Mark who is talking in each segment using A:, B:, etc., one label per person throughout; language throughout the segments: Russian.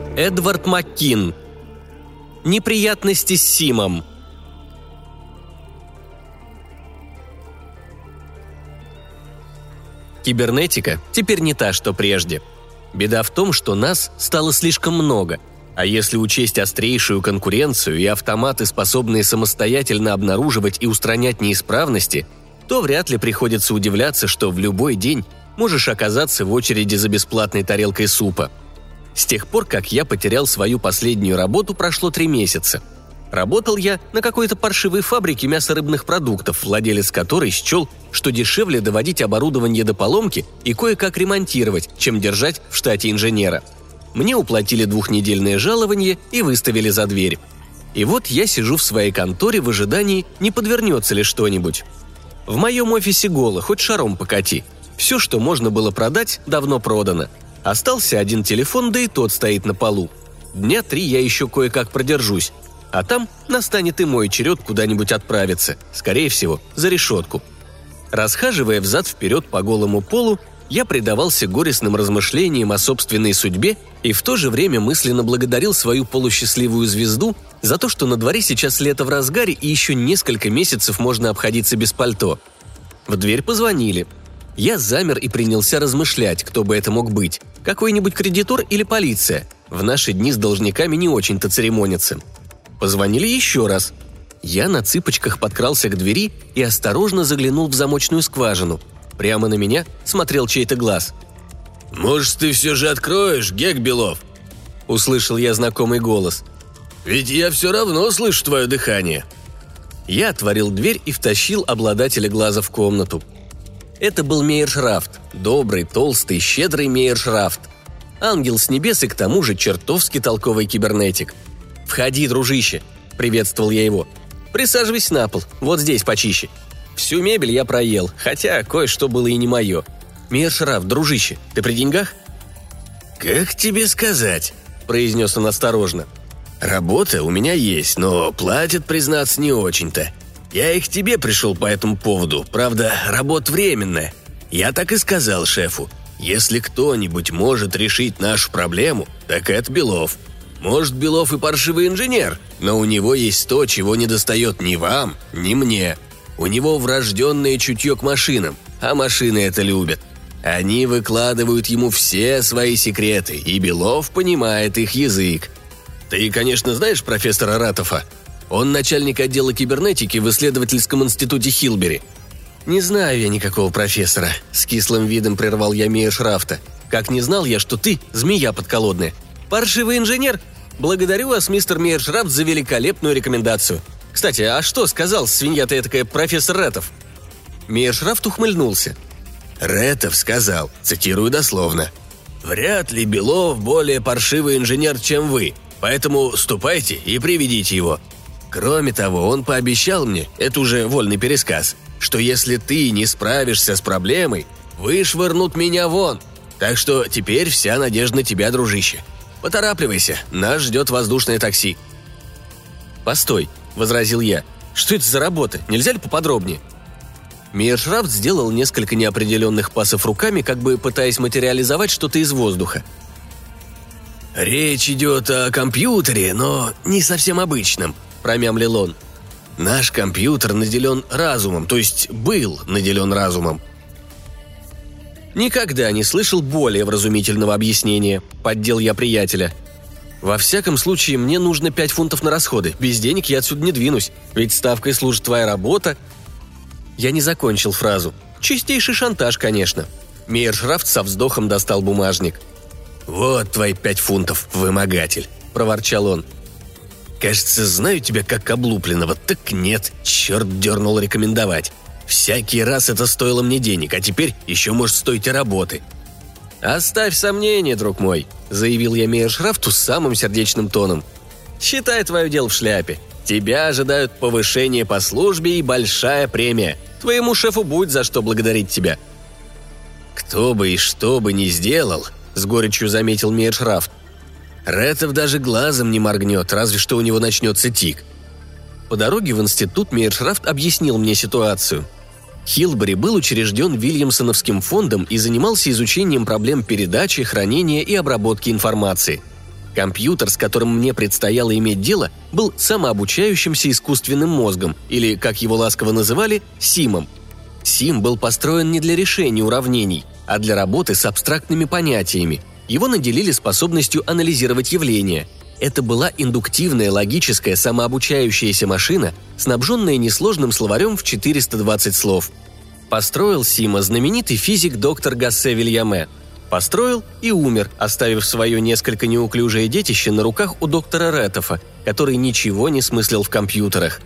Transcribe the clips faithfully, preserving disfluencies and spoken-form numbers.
A: Эдвард Маккин. Неприятности с Симом. Кибернетика теперь не та, что прежде. Беда в том, что нас стало слишком много, а если учесть острейшую конкуренцию и автоматы, способные самостоятельно обнаруживать и устранять неисправности, то вряд ли приходится удивляться, что в любой день можешь оказаться в очереди за бесплатной тарелкой супа. С тех пор, как я потерял свою последнюю работу, прошло три месяца. Работал я на какой-то паршивой фабрике мясорыбных продуктов, владелец которой счел, что дешевле доводить оборудование до поломки и кое-как ремонтировать, чем держать в штате инженера. Мне уплатили двухнедельное жалование и выставили за дверь. И вот я сижу в своей конторе в ожидании, не подвернется ли что-нибудь. В моем офисе голо, хоть шаром покати. Все, что можно было продать, давно продано. Остался один телефон, да и тот стоит на полу. Дня три я еще кое-как продержусь. А там настанет и мой черед куда-нибудь отправиться, скорее всего, за решетку. Расхаживая взад-вперед по голому полу, я предавался горестным размышлениям о собственной судьбе и в то же время мысленно благодарил свою полусчастливую звезду за то, что на дворе сейчас лето в разгаре и еще несколько месяцев можно обходиться без пальто. В дверь позвонили. Я замер и принялся размышлять, кто бы это мог быть. Какой-нибудь кредитор или полиция. В наши дни с должниками не очень-то церемонятся. Позвонили еще раз. Я на цыпочках подкрался к двери и осторожно заглянул в замочную скважину. Прямо на меня смотрел чей-то глаз.
B: «Может, ты все же откроешь, Гек Белов?»
A: Услышал я знакомый голос.
B: «Ведь я все равно слышу твое дыхание».
A: Я отворил дверь и втащил обладателя глаза в комнату. Это был Мейершрафт, добрый, толстый, щедрый Мейершрафт. Ангел с небес и к тому же чертовски толковый кибернетик. «Входи, дружище!» – приветствовал я его. «Присаживайся на пол, вот здесь почище. Всю мебель я проел, хотя кое-что было и не мое. Мейершрафт, дружище, ты при деньгах?»
B: «Как тебе сказать?» – произнес он осторожно.
A: «Работа у меня есть, но платят, признаться, не очень-то. Я и к тебе пришел по этому поводу, правда, работа временная. Я так и сказал шефу. Если кто-нибудь может решить нашу проблему, так это Белов. Может, Белов и паршивый инженер, но у него есть то, чего не достает ни вам, ни мне. У него врожденное чутье к машинам, а машины это любят. Они выкладывают ему все свои секреты, и Белов понимает их язык. Ты, конечно, знаешь профессора Ратофа? Он начальник отдела кибернетики в исследовательском институте Хилбери». «Не знаю я никакого профессора», — с кислым видом прервал я Мейершрафта. «Как не знал я, что ты змея подколодная. Паршивый инженер? Благодарю вас, мистер Мейершрафт, за великолепную рекомендацию. Кстати, а что сказал свинья-то этакая профессор Ратов?» Мейершрафт ухмыльнулся.
B: Ретов сказал, цитирую дословно, «Вряд ли Белов более паршивый инженер, чем вы, поэтому ступайте и приведите его. Кроме того, он пообещал мне, это уже вольный пересказ, что если ты не справишься с проблемой, вышвырнут меня вон. Так что теперь вся надежда на тебя, дружище. Поторапливайся, нас ждет воздушное такси».
A: «Постой», — возразил я. «Что это за работа? Нельзя ли поподробнее?» Мейершрафт сделал несколько неопределенных пасов руками, как бы пытаясь материализовать что-то из воздуха.
B: «Речь идет о компьютере, но не совсем обычном», – промямлил он. «Наш компьютер наделен разумом, то есть был наделен разумом».
A: «Никогда не слышал более вразумительного объяснения», – поддел я приятеля. «Во всяком случае, мне нужно пять фунтов на расходы. Без денег я отсюда не двинусь, ведь ставкой служит твоя работа». Я не закончил фразу. Чистейший шантаж, конечно. Мейершрафт со вздохом достал бумажник.
B: «Вот твои пять фунтов, вымогатель», – проворчал он. «Кажется, знаю тебя как облупленного, так нет, черт дернул рекомендовать. Всякий раз это стоило мне денег, а теперь еще может стоить и работы».
A: «Оставь сомнения, друг мой», – заявил я Мейершрафту самым сердечным тоном. «Считай твое дело в шляпе. Тебя ожидают повышение по службе и большая премия. Твоему шефу будет за что благодарить тебя».
B: «Кто бы и что бы ни сделал», – с горечью заметил Мейершрафт, «Ретов даже глазом не моргнет, разве что у него начнется тик».
A: По дороге в институт Мейершрафт объяснил мне ситуацию. Хилбери был учрежден Вильямсоновским фондом и занимался изучением проблем передачи, хранения и обработки информации. Компьютер, с которым мне предстояло иметь дело, был самообучающимся искусственным мозгом, или, как его ласково называли, СИМом. СИМ был построен не для решения уравнений, а для работы с абстрактными понятиями. Его наделили способностью анализировать явления. Это была индуктивная, логическая, самообучающаяся машина, снабженная несложным словарем в четыреста двадцать слов. Построил СИМа знаменитый физик доктор Гассе Вильяме. Построил и умер, оставив свое несколько неуклюжее детище на руках у доктора Ретофа, который ничего не смыслил в компьютерах.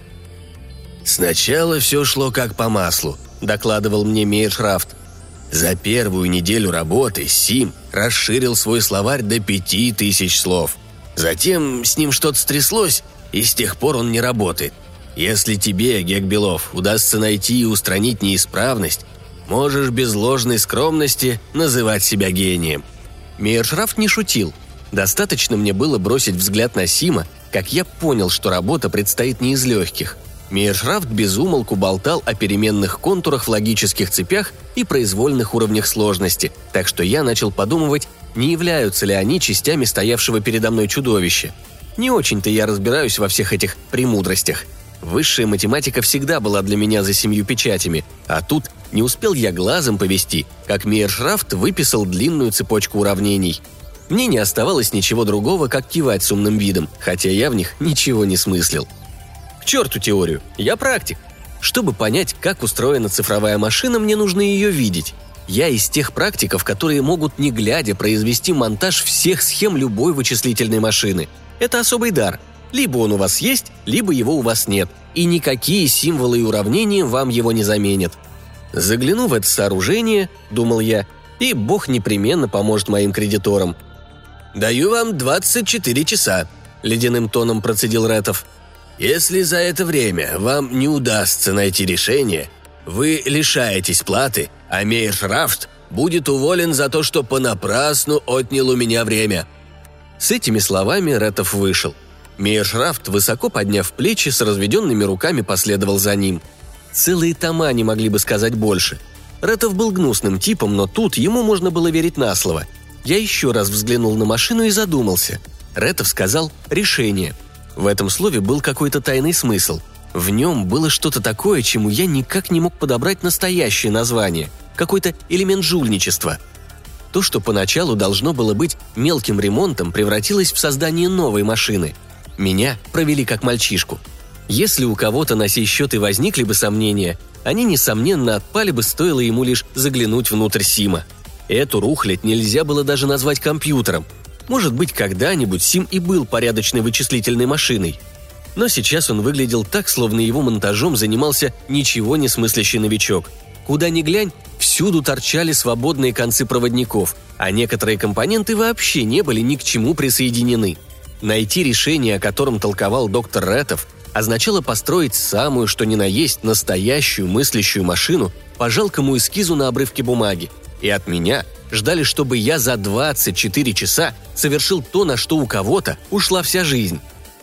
B: «Сначала все шло как по маслу», – докладывал мне Мейершрафт. «За первую неделю работы СИМ расширил свой словарь до пяти тысяч слов. Затем с ним что-то стряслось, и с тех пор он не работает. Если тебе, Гек Белов, удастся найти и устранить неисправность, можешь без ложной скромности называть себя гением».
A: Мейершрафт не шутил. Достаточно мне было бросить взгляд на СИМа, как я понял, что работа предстоит не из легких. Мейершрафт безумолку болтал о переменных контурах в логических цепях и произвольных уровнях сложности, так что я начал подумывать, не являются ли они частями стоявшего передо мной чудовища. Не очень-то я разбираюсь во всех этих премудростях. Высшая математика всегда была для меня за семью печатями, а тут не успел я глазом повести, как Мейершрафт выписал длинную цепочку уравнений. Мне не оставалось ничего другого, как кивать с умным видом, хотя я в них ничего не смыслил. К черту теорию, я практик. Чтобы понять, как устроена цифровая машина, мне нужно ее видеть. Я из тех практиков, которые могут, не глядя, произвести монтаж всех схем любой вычислительной машины. Это особый дар. Либо он у вас есть, либо его у вас нет. И никакие символы и уравнения вам его не заменят. Загляну в это сооружение, думал я, и Бог непременно поможет моим кредиторам.
B: «Даю вам двадцать четыре часа», – ледяным тоном процедил Ретов. «Если за это время вам не удастся найти решение, вы лишаетесь платы, а Мейершрафт будет уволен за то, что понапрасну отнял у меня время».
A: С этими словами Ретов вышел. Мейершрафт, высоко подняв плечи, с разведенными руками последовал за ним. Целые тома не могли бы сказать больше. Ретов был гнусным типом, но тут ему можно было верить на слово. Я еще раз взглянул на машину и задумался. Ретов сказал «решение». В этом слове был какой-то тайный смысл. В нем было что-то такое, чему я никак не мог подобрать настоящее название. Какой-то элемент жульничества. То, что поначалу должно было быть мелким ремонтом, превратилось в создание новой машины. Меня провели как мальчишку. Если у кого-то на сей счет и возникли бы сомнения, они, несомненно, отпали бы, стоило ему лишь заглянуть внутрь СИМа. Эту рухлядь нельзя было даже назвать компьютером. Может быть, когда-нибудь СИМ и был порядочной вычислительной машиной. Но сейчас он выглядел так, словно его монтажом занимался ничего не смыслящий новичок. Куда ни глянь, всюду торчали свободные концы проводников, а некоторые компоненты вообще не были ни к чему присоединены. Найти решение, о котором толковал доктор Ретов, означало построить самую, что ни на есть, настоящую мыслящую машину по жалкому эскизу на обрывке бумаги. И от меня ждали, чтобы я за двадцать четыре часа совершил то, на что у кого-то ушла вся жизнь.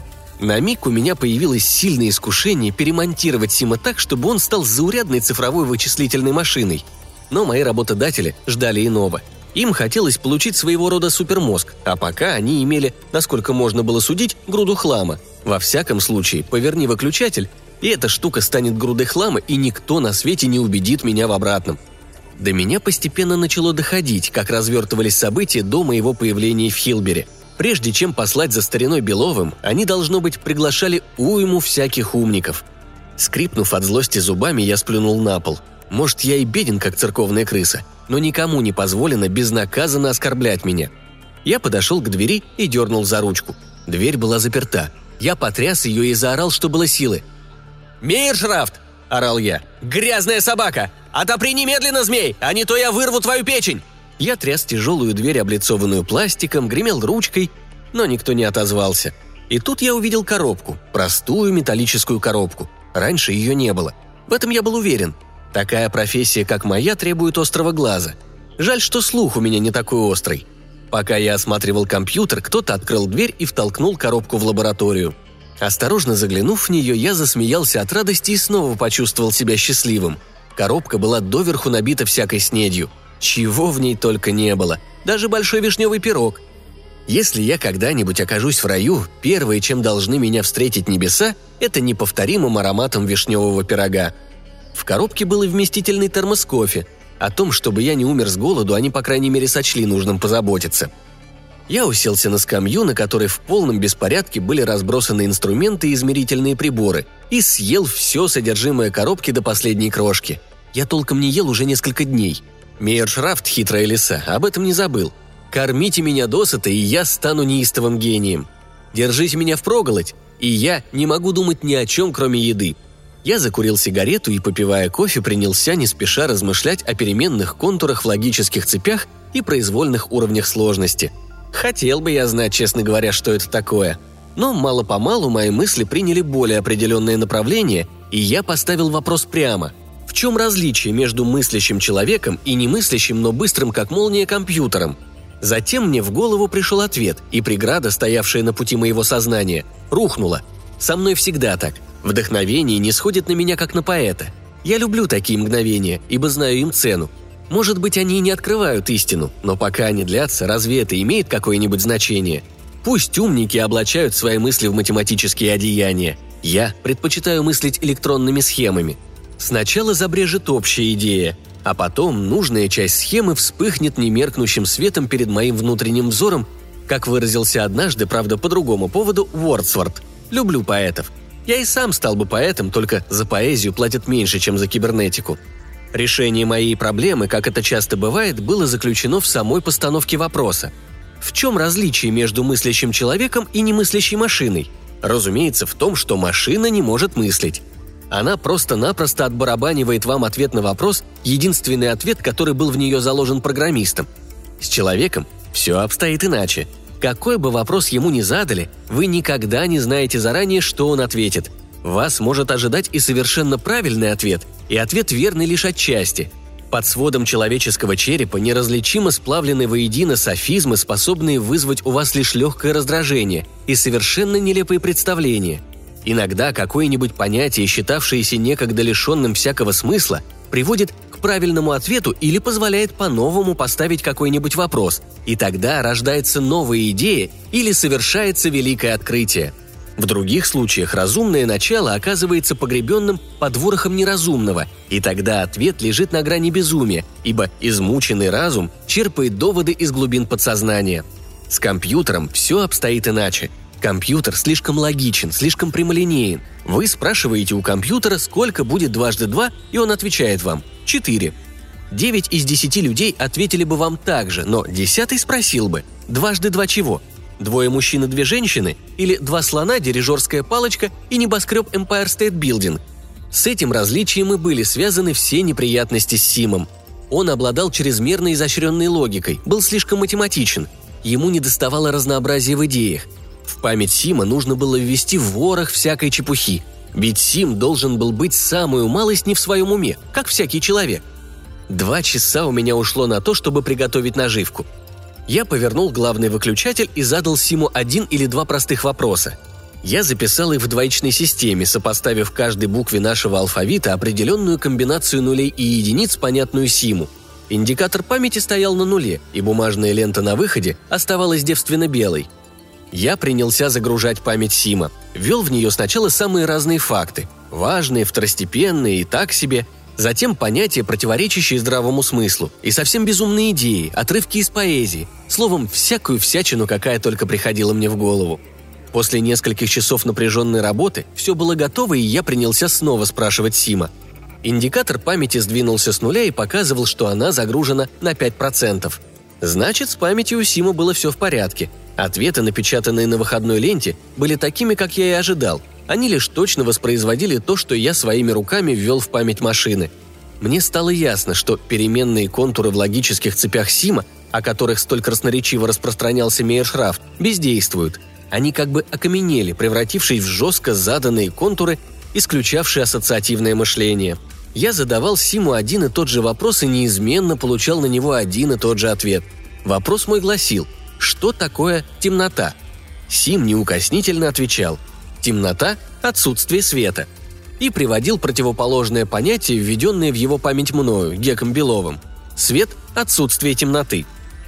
A: На миг у меня появилось сильное искушение перемонтировать СИМа так, чтобы он стал заурядной цифровой вычислительной машиной. Но мои работодатели ждали иного. Им хотелось получить своего рода супермозг, а пока они имели, насколько можно было судить, груду хлама. Во всяком случае, поверни выключатель, и эта штука станет грудой хлама, и никто на свете не убедит меня в обратном. До меня постепенно начало доходить, как развертывались события до моего появления в Хилбери. Прежде чем послать за стариной Беловым, они, должно быть, приглашали уйму всяких умников. Скрипнув от злости зубами, я сплюнул на пол. Может, я и беден, как церковная крыса, но никому не позволено безнаказанно оскорблять меня. Я подошел к двери и дернул за ручку. Дверь была заперта. Я потряс ее и заорал, что было силы. «Мейершрафт!» – орал я. «Грязная собака! Отопри немедленно, змей, а не то я вырву твою печень!» Я тряс тяжелую дверь, облицованную пластиком, гремел ручкой, но никто не отозвался. И тут я увидел коробку, простую металлическую коробку. Раньше ее не было. В этом я был уверен. Такая профессия, как моя, требует острого глаза. Жаль, что слух у меня не такой острый. Пока я осматривал компьютер, кто-то открыл дверь и втолкнул коробку в лабораторию. Осторожно заглянув в нее, я засмеялся от радости и снова почувствовал себя счастливым. Коробка была доверху набита всякой снедью. Чего в ней только не было. Даже большой вишневый пирог. Если я когда-нибудь окажусь в раю, первое, чем должны меня встретить небеса, это неповторимым ароматом вишневого пирога. В коробке был и вместительный термос кофе. О том, чтобы я не умер с голоду, они, по крайней мере, сочли нужным позаботиться. Я уселся на скамью, на которой в полном беспорядке были разбросаны инструменты и измерительные приборы, и съел все содержимое коробки до последней крошки. Я толком не ел уже несколько дней. Мейершрафт, хитрая лиса, об этом не забыл. Кормите меня досыта, и я стану неистовым гением. Держите меня впроголодь, и я не могу думать ни о чем, кроме еды. Я закурил сигарету и, попивая кофе, принялся не спеша размышлять о переменных контурах в логических цепях и произвольных уровнях сложности. Хотел бы я знать, честно говоря, что это такое. Но мало-помалу мои мысли приняли более определенное направление, и я поставил вопрос прямо. В чем различие между мыслящим человеком и немыслящим, но быстрым как молния компьютером? Затем мне в голову пришел ответ, и преграда, стоявшая на пути моего сознания, рухнула. Со мной всегда так. Вдохновение не сходит на меня, как на поэта. Я люблю такие мгновения, ибо знаю им цену. Может быть, они и не открывают истину, но пока они длятся, разве это имеет какое-нибудь значение? Пусть умники облачают свои мысли в математические одеяния. Я предпочитаю мыслить электронными схемами. Сначала забрежет общая идея, а потом нужная часть схемы вспыхнет немеркнущим светом перед моим внутренним взором, как выразился однажды, правда, по другому поводу, Уордсворт. Люблю поэтов. Я и сам стал бы поэтом, только за поэзию платят меньше, чем за кибернетику. Решение моей проблемы, как это часто бывает, было заключено в самой постановке вопроса. В чем различие между мыслящим человеком и немыслящей машиной? Разумеется, в том, что машина не может мыслить. Она просто-напросто отбарабанивает вам ответ на вопрос, единственный ответ, который был в нее заложен программистом. С человеком все обстоит иначе. Какой бы вопрос ему ни задали, вы никогда не знаете заранее, что он ответит. Вас может ожидать и совершенно правильный ответ, и ответ верный лишь отчасти. Под сводом человеческого черепа неразличимо сплавлены воедино софизмы, способные вызвать у вас лишь легкое раздражение и совершенно нелепые представления. Иногда какое-нибудь понятие, считавшееся некогда лишенным всякого смысла, приводит к правильному ответу или позволяет по-новому поставить какой-нибудь вопрос, и тогда рождается новая идея или совершается великое открытие. В других случаях разумное начало оказывается погребенным под ворохом неразумного, и тогда ответ лежит на грани безумия, ибо измученный разум черпает доводы из глубин подсознания. С компьютером все обстоит иначе. Компьютер слишком логичен, слишком прямолинеен. Вы спрашиваете у компьютера, сколько будет дважды два, и он отвечает вам – четыре. Девять из десяти людей ответили бы вам так же, но десятый спросил бы – дважды два чего? Двое мужчин и две женщины? Или два слона, дирижерская палочка и небоскреб Empire State Building? С этим различием и были связаны все неприятности с Симом. Он обладал чрезмерно изощренной логикой, был слишком математичен. Ему недоставало разнообразия в идеях. В память Сима нужно было ввести ворох всякой чепухи. Ведь Сим должен был быть самую малость не в своем уме, как всякий человек. Два часа у меня ушло на то, чтобы приготовить наживку. Я повернул главный выключатель и задал Симу один или два простых вопроса. Я записал их в двоичной системе, сопоставив каждой букве нашего алфавита определенную комбинацию нулей и единиц, понятную Симу. Индикатор памяти стоял на нуле, и бумажная лента на выходе оставалась девственно белой. Я принялся загружать память Сима. Ввел в нее сначала самые разные факты. Важные, второстепенные и так себе. Затем понятия, противоречащие здравому смыслу. И совсем безумные идеи, отрывки из поэзии. Словом, всякую всячину, какая только приходила мне в голову. После нескольких часов напряженной работы все было готово, и я принялся снова спрашивать Сима. Индикатор памяти сдвинулся с нуля и показывал, что она загружена на пять процентов. Значит, с памятью у Сима было все в порядке. Ответы, напечатанные на выходной ленте, были такими, как я и ожидал. Они лишь точно воспроизводили то, что я своими руками ввел в память машины. Мне стало ясно, что переменные контуры в логических цепях Сима, о которых столь красноречиво распространялся Мейершрафт, бездействуют. Они как бы окаменели, превратившись в жестко заданные контуры, исключавшие ассоциативное мышление. Я задавал Симу один и тот же вопрос и неизменно получал на него один и тот же ответ. Вопрос мой гласил: что такое темнота? Сим неукоснительно отвечал: темнота – отсутствие света. И приводил противоположное понятие, введенное в его память мною, Геком Беловым. Свет – отсутствие темноты.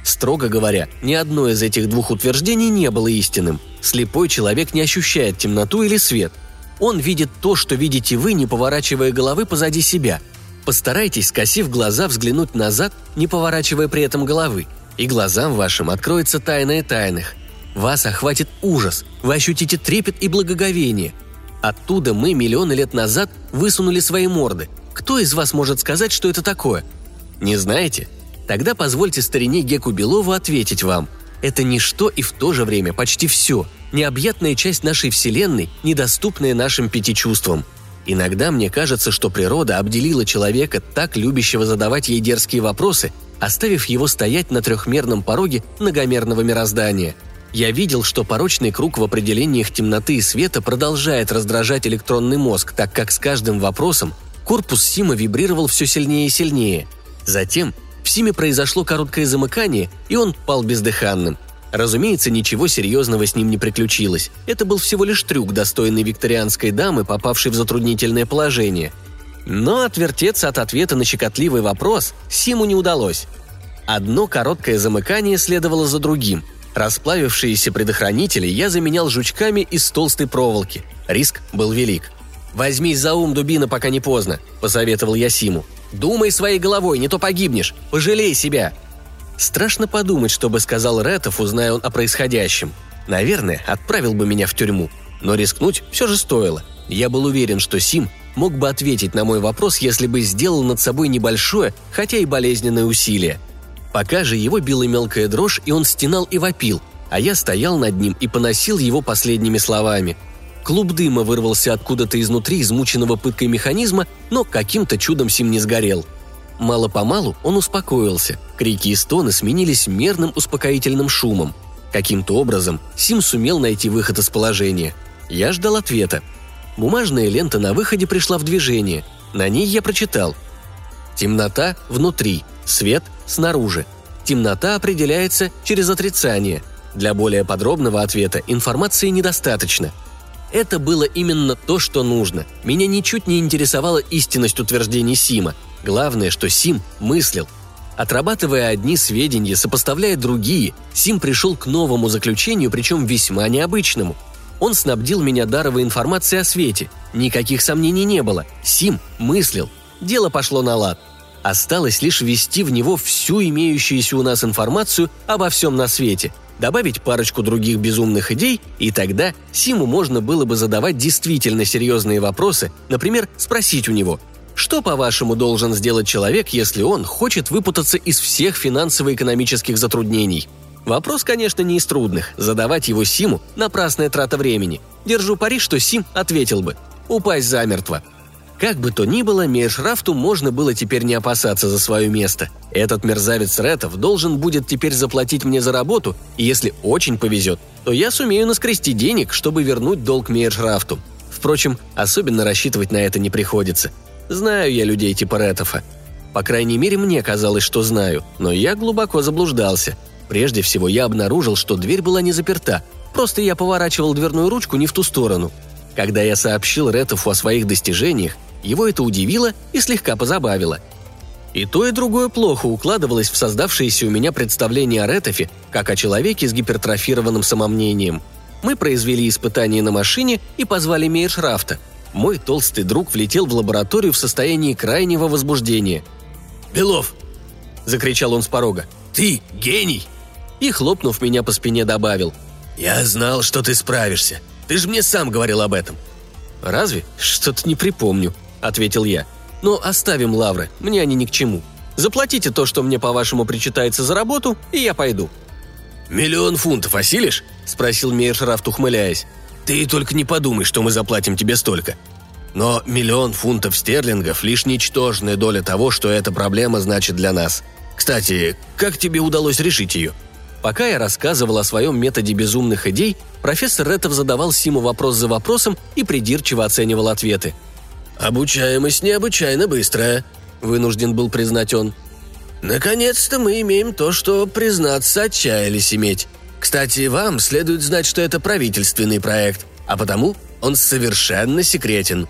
A: Строго говоря, ни одно из этих двух утверждений не было истинным. Слепой человек не ощущает темноту или свет. Он видит то, что видите вы, не поворачивая головы позади себя. Постарайтесь, скосив глаза, взглянуть назад, не поворачивая при этом головы, и глазам вашим откроется тайное тайных. Вас охватит ужас, вы ощутите трепет и благоговение. Оттуда мы миллионы лет назад высунули свои морды. Кто из вас может сказать, что это такое? Не знаете? Тогда позвольте старине Геку Белову ответить вам. Это ничто и в то же время почти все, необъятная часть нашей Вселенной, недоступная нашим пяти чувствам. Иногда мне кажется, что природа обделила человека, так любящего задавать ей дерзкие вопросы, оставив его стоять на трехмерном пороге многомерного мироздания. Я видел, что порочный круг в определениях темноты и света продолжает раздражать электронный мозг, так как с каждым вопросом корпус Сима вибрировал все сильнее и сильнее. Затем в Симе произошло короткое замыкание, и он пал бездыханным. Разумеется, ничего серьезного с ним не приключилось. Это был всего лишь трюк, достойный викторианской дамы, попавшей в затруднительное положение. Но отвертеться от ответа на щекотливый вопрос Симу не удалось. Одно короткое замыкание следовало за другим. Расплавившиеся предохранители я заменял жучками из толстой проволоки. Риск был велик. «Возьмись за ум, дубина, пока не поздно», – посоветовал я Симу. «Думай своей головой, не то погибнешь. Пожалей себя». Страшно подумать, что бы сказал Ретов, узная он о происходящем. Наверное, отправил бы меня в тюрьму. Но рискнуть все же стоило. Я был уверен, что Сим мог бы ответить на мой вопрос, если бы сделал над собой небольшое, хотя и болезненное усилие. Пока же его била мелкая дрожь, и он стенал и вопил, а я стоял над ним и поносил его последними словами. Клуб дыма вырвался откуда-то изнутри измученного пыткой механизма, но каким-то чудом Сим не сгорел. Мало-помалу он успокоился, крики и стоны сменились мерным успокоительным шумом. Каким-то образом Сим сумел найти выход из положения. Я ждал ответа. Бумажная лента на выходе пришла в движение. На ней я прочитал: «Темнота внутри, свет снаружи. Темнота определяется через отрицание. Для более подробного ответа информации недостаточно». Это было именно то, что нужно. Меня ничуть не интересовала истинность утверждений Сима. Главное, что Сим мыслил. Отрабатывая одни сведения, сопоставляя другие, Сим пришел к новому заключению, причем весьма необычному. Он снабдил меня даровой информацией о свете. Никаких сомнений не было. Сим мыслил. Дело пошло на лад. Осталось лишь ввести в него всю имеющуюся у нас информацию обо всем на свете, добавить парочку других безумных идей, и тогда Симу можно было бы задавать действительно серьезные вопросы, например, спросить у него: что, по-вашему, должен сделать человек, если он хочет выпутаться из всех финансово-экономических затруднений? Вопрос, конечно, не из трудных. Задавать его Симу – напрасная трата времени. Держу пари, что Сим ответил бы: упасть замертво. Как бы то ни было, Мейершрафту можно было теперь не опасаться за свое место. Этот мерзавец Ретов должен будет теперь заплатить мне за работу, и если очень повезет, то я сумею наскрести денег, чтобы вернуть долг Мейершрафту. Впрочем, особенно рассчитывать на это не приходится. Знаю я людей типа Ретова. По крайней мере, мне казалось, что знаю, но я глубоко заблуждался. Прежде всего, я обнаружил, что дверь была не заперта, просто я поворачивал дверную ручку не в ту сторону. Когда я сообщил Ретову о своих достижениях, его это удивило и слегка позабавило. И то, и другое плохо укладывалось в создавшееся у меня представление о Ретове как о человеке с гипертрофированным самомнением. Мы произвели испытание на машине и позвали Мейершрафта. Мой толстый друг влетел в лабораторию в состоянии крайнего возбуждения. «Белов!» – закричал он с порога. «Ты гений!» И, хлопнув меня по спине, добавил: «Я знал, что ты справишься. Ты же мне сам говорил об этом». «Разве? Что-то не припомню», – ответил я. «Но оставим лавры, мне они ни к чему. Заплатите то, что мне, по-вашему, причитается за работу, и я пойду». «Миллион фунтов осилишь?» – спросил Мейершрафт, ухмыляясь. «Ты только не подумай, что мы заплатим тебе столько. Но миллион фунтов стерлингов – лишь ничтожная доля того, что эта проблема значит для нас. Кстати, как тебе удалось решить ее?» Пока я рассказывал о своем методе безумных идей, профессор Ретов задавал Симу вопрос за вопросом и придирчиво оценивал ответы. «Обучаемость необычайно быстрая», – вынужден был признать он. «Наконец-то мы имеем то, что, признаться, отчаялись иметь. Кстати, вам следует знать, что это правительственный проект, а потому он совершенно секретен».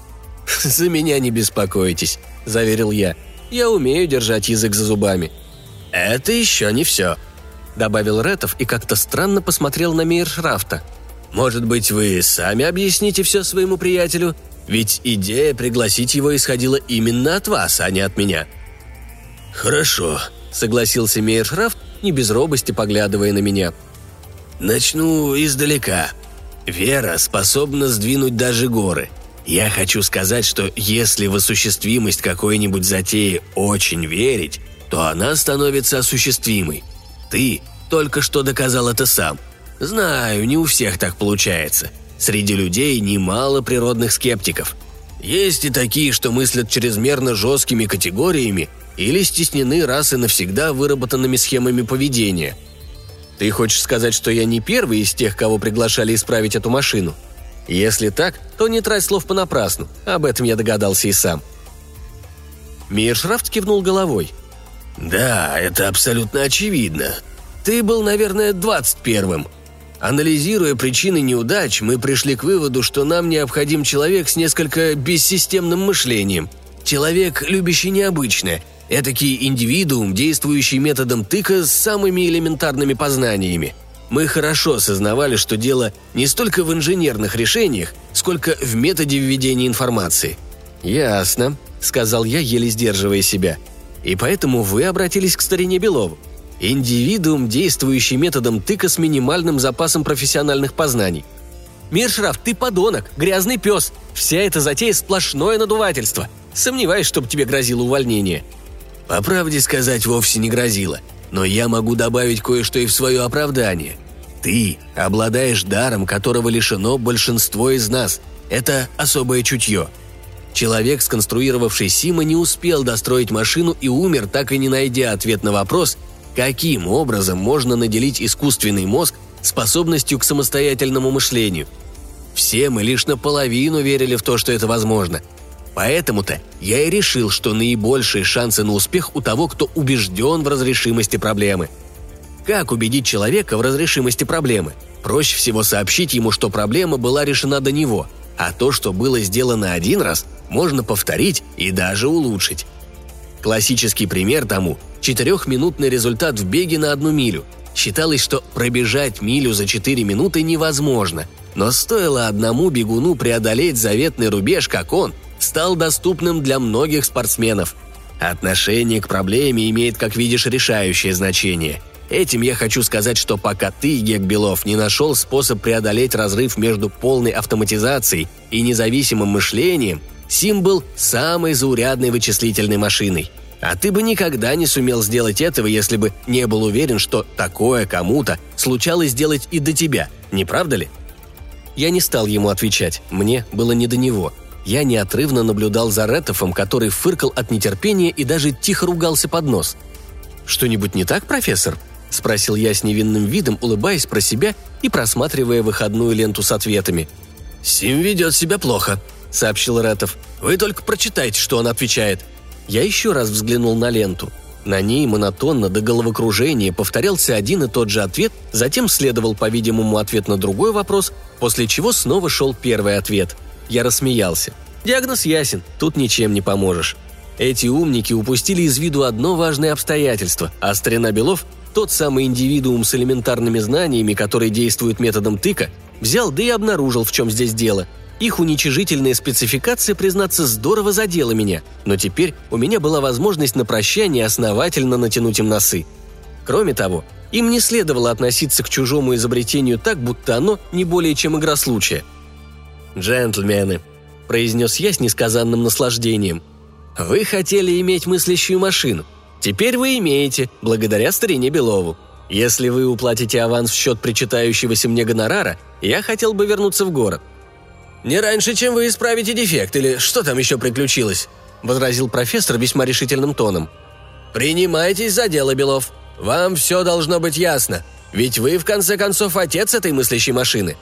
A: «За меня не беспокойтесь», – заверил я. «Я умею держать язык за зубами». «Это еще не все», – добавил Ретов и как-то странно посмотрел на Мейершрафта.
B: «Может быть, вы сами объясните все своему приятелю? Ведь идея пригласить его исходила именно от вас, а не от меня». «Хорошо», – согласился Мейершрафт, не без робости поглядывая на меня. «Начну издалека. Вера способна сдвинуть даже горы. Я хочу сказать, что если в осуществимость какой-нибудь затеи очень верить, то она становится осуществимой. Ты только что доказал это сам. Знаю, не у всех так получается. Среди людей немало природных скептиков. Есть и такие, что мыслят чрезмерно жесткими категориями или стеснены раз и навсегда выработанными схемами поведения.
A: Ты хочешь сказать, что я не первый из тех, кого приглашали исправить эту машину? Если так, то не трать слов понапрасну. Об этом я догадался и сам». Мейершрафт кивнул головой.
B: «Да, это абсолютно очевидно. Ты был, наверное, двадцать первым. Анализируя причины неудач, мы пришли к выводу, что нам необходим человек с несколько бессистемным мышлением. Человек, любящий необычное. Этакий индивидуум, действующий методом тыка с самыми элементарными познаниями. Мы хорошо осознавали, что дело не столько в инженерных решениях, сколько в методе введения информации».
A: «Ясно», — сказал я, еле сдерживая себя. «И поэтому вы обратились к старине Белову. Индивидуум, действующий методом тыка с минимальным запасом профессиональных познаний. Мейершрафт, ты подонок, грязный пес. Вся эта затея сплошное надувательство. Сомневаюсь, чтобы тебе грозило увольнение».
B: «По правде сказать, вовсе не грозило. Но я могу добавить кое-что и в свое оправдание. Ты обладаешь даром, которого лишено большинство из нас. Это особое чутье. Человек, сконструировавший Сима, не успел достроить машину и умер, так и не найдя ответ на вопрос, каким образом можно наделить искусственный мозг способностью к самостоятельному мышлению. Все мы лишь наполовину верили в то, что это возможно. Поэтому-то я и решил, что наибольшие шансы на успех у того, кто убежден в разрешимости проблемы. Как убедить человека в разрешимости проблемы? Проще всего сообщить ему, что проблема была решена до него, а то, что было сделано один раз, можно повторить и даже улучшить. Классический пример тому – четырехминутный результат в беге на одну милю. Считалось, что пробежать милю за четыре минуты невозможно, но стоило одному бегуну преодолеть заветный рубеж, как он стал доступным для многих спортсменов. Отношение к проблеме имеет, как видишь, решающее значение. Этим я хочу сказать, что пока ты, Гек Белов, не нашел способ преодолеть разрыв между полной автоматизацией и независимым мышлением, Сим был самой заурядной вычислительной машиной. А ты бы никогда не сумел сделать этого, если бы не был уверен, что такое кому-то случалось сделать и до тебя, не правда ли?» Я не стал ему отвечать, мне было не до него. Я неотрывно наблюдал за Ретовым, который фыркал от нетерпения и даже тихо ругался под нос. «Что-нибудь не так, профессор?» – спросил я с невинным видом, улыбаясь про себя и просматривая выходную ленту с ответами. «Сим ведет себя плохо», – сообщил Ретов. «Вы только прочитайте, что он отвечает».
A: Я еще раз взглянул на ленту. На ней монотонно до головокружения повторялся один и тот же ответ, затем следовал, по-видимому, ответ на другой вопрос, после чего снова шел первый ответ. Я рассмеялся. Диагноз ясен, тут ничем не поможешь. Эти умники упустили из виду одно важное обстоятельство, а старина Белов, тот самый индивидуум с элементарными знаниями, который действует методом тыка, взял да и обнаружил, в чем здесь дело. Их уничижительная спецификация, признаться, здорово задела меня, но теперь у меня была возможность на прощание основательно натянуть им носы. Кроме того, им не следовало относиться к чужому изобретению так, будто оно не более чем игра случая. «Джентльмены», – произнес я с несказанным наслаждением, – «вы хотели иметь мыслящую машину. Теперь вы имеете, благодаря старине Белову. Если вы уплатите аванс в счет причитающегося мне гонорара, я хотел бы вернуться в город».
B: «Не раньше, чем вы исправите дефект, или что там еще приключилось?» – возразил профессор весьма решительным тоном. «Принимайтесь за дело, Белов. Вам все должно быть ясно, ведь вы, в конце концов, отец этой мыслящей машины».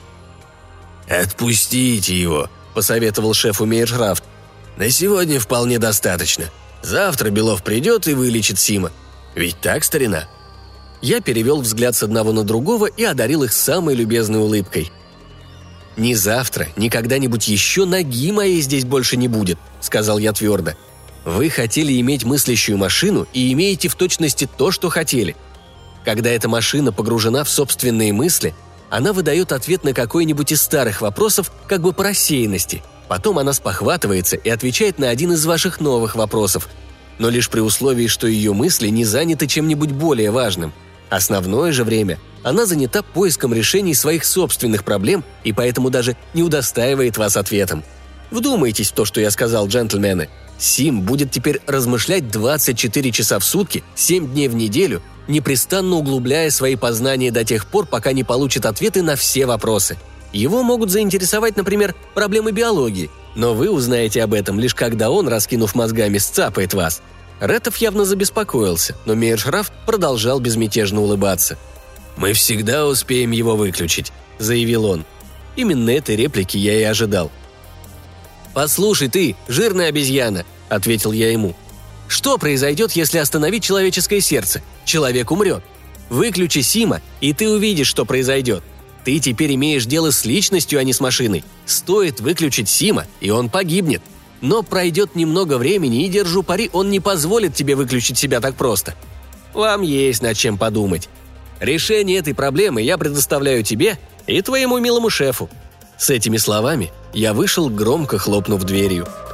B: «Отпустите его», – посоветовал шефу Мейершрафт. «На сегодня вполне достаточно. Завтра Белов придет и вылечит Сима. Ведь так, старина?»
A: Я перевел взгляд с одного на другого и одарил их самой любезной улыбкой. «Ни завтра, ни когда-нибудь еще ноги моей здесь больше не будет», — сказал я твердо. «Вы хотели иметь мыслящую машину и имеете в точности то, что хотели. Когда эта машина погружена в собственные мысли, она выдает ответ на какой-нибудь из старых вопросов как бы по рассеянности. Потом она спохватывается и отвечает на один из ваших новых вопросов, но лишь при условии, что ее мысли не заняты чем-нибудь более важным. Основное же время она занята поиском решений своих собственных проблем и поэтому даже не удостаивает вас ответом. Вдумайтесь в то, что я сказал, джентльмены. Сим будет теперь размышлять двадцать четыре часа в сутки, семь дней в неделю, непрестанно углубляя свои познания до тех пор, пока не получит ответы на все вопросы. Его могут заинтересовать, например, проблемы биологии, но вы узнаете об этом лишь когда он, раскинув мозгами, сцапает вас. Реттов явно забеспокоился, но Мейершрафт продолжал безмятежно улыбаться. «Мы всегда успеем его выключить», — заявил он. Именно этой реплики я и ожидал. «Послушай ты, жирная обезьяна», — ответил я ему. «Что произойдет, если остановить человеческое сердце? Человек умрет. Выключи Сима, и ты увидишь, что произойдет. Ты теперь имеешь дело с личностью, а не с машиной. Стоит выключить Сима, и он погибнет. Но пройдет немного времени, и, держу пари, он не позволит тебе выключить себя так просто. Вам есть над чем подумать. Решение этой проблемы я предоставляю тебе и твоему милому шефу». С этими словами я вышел, громко хлопнув дверью.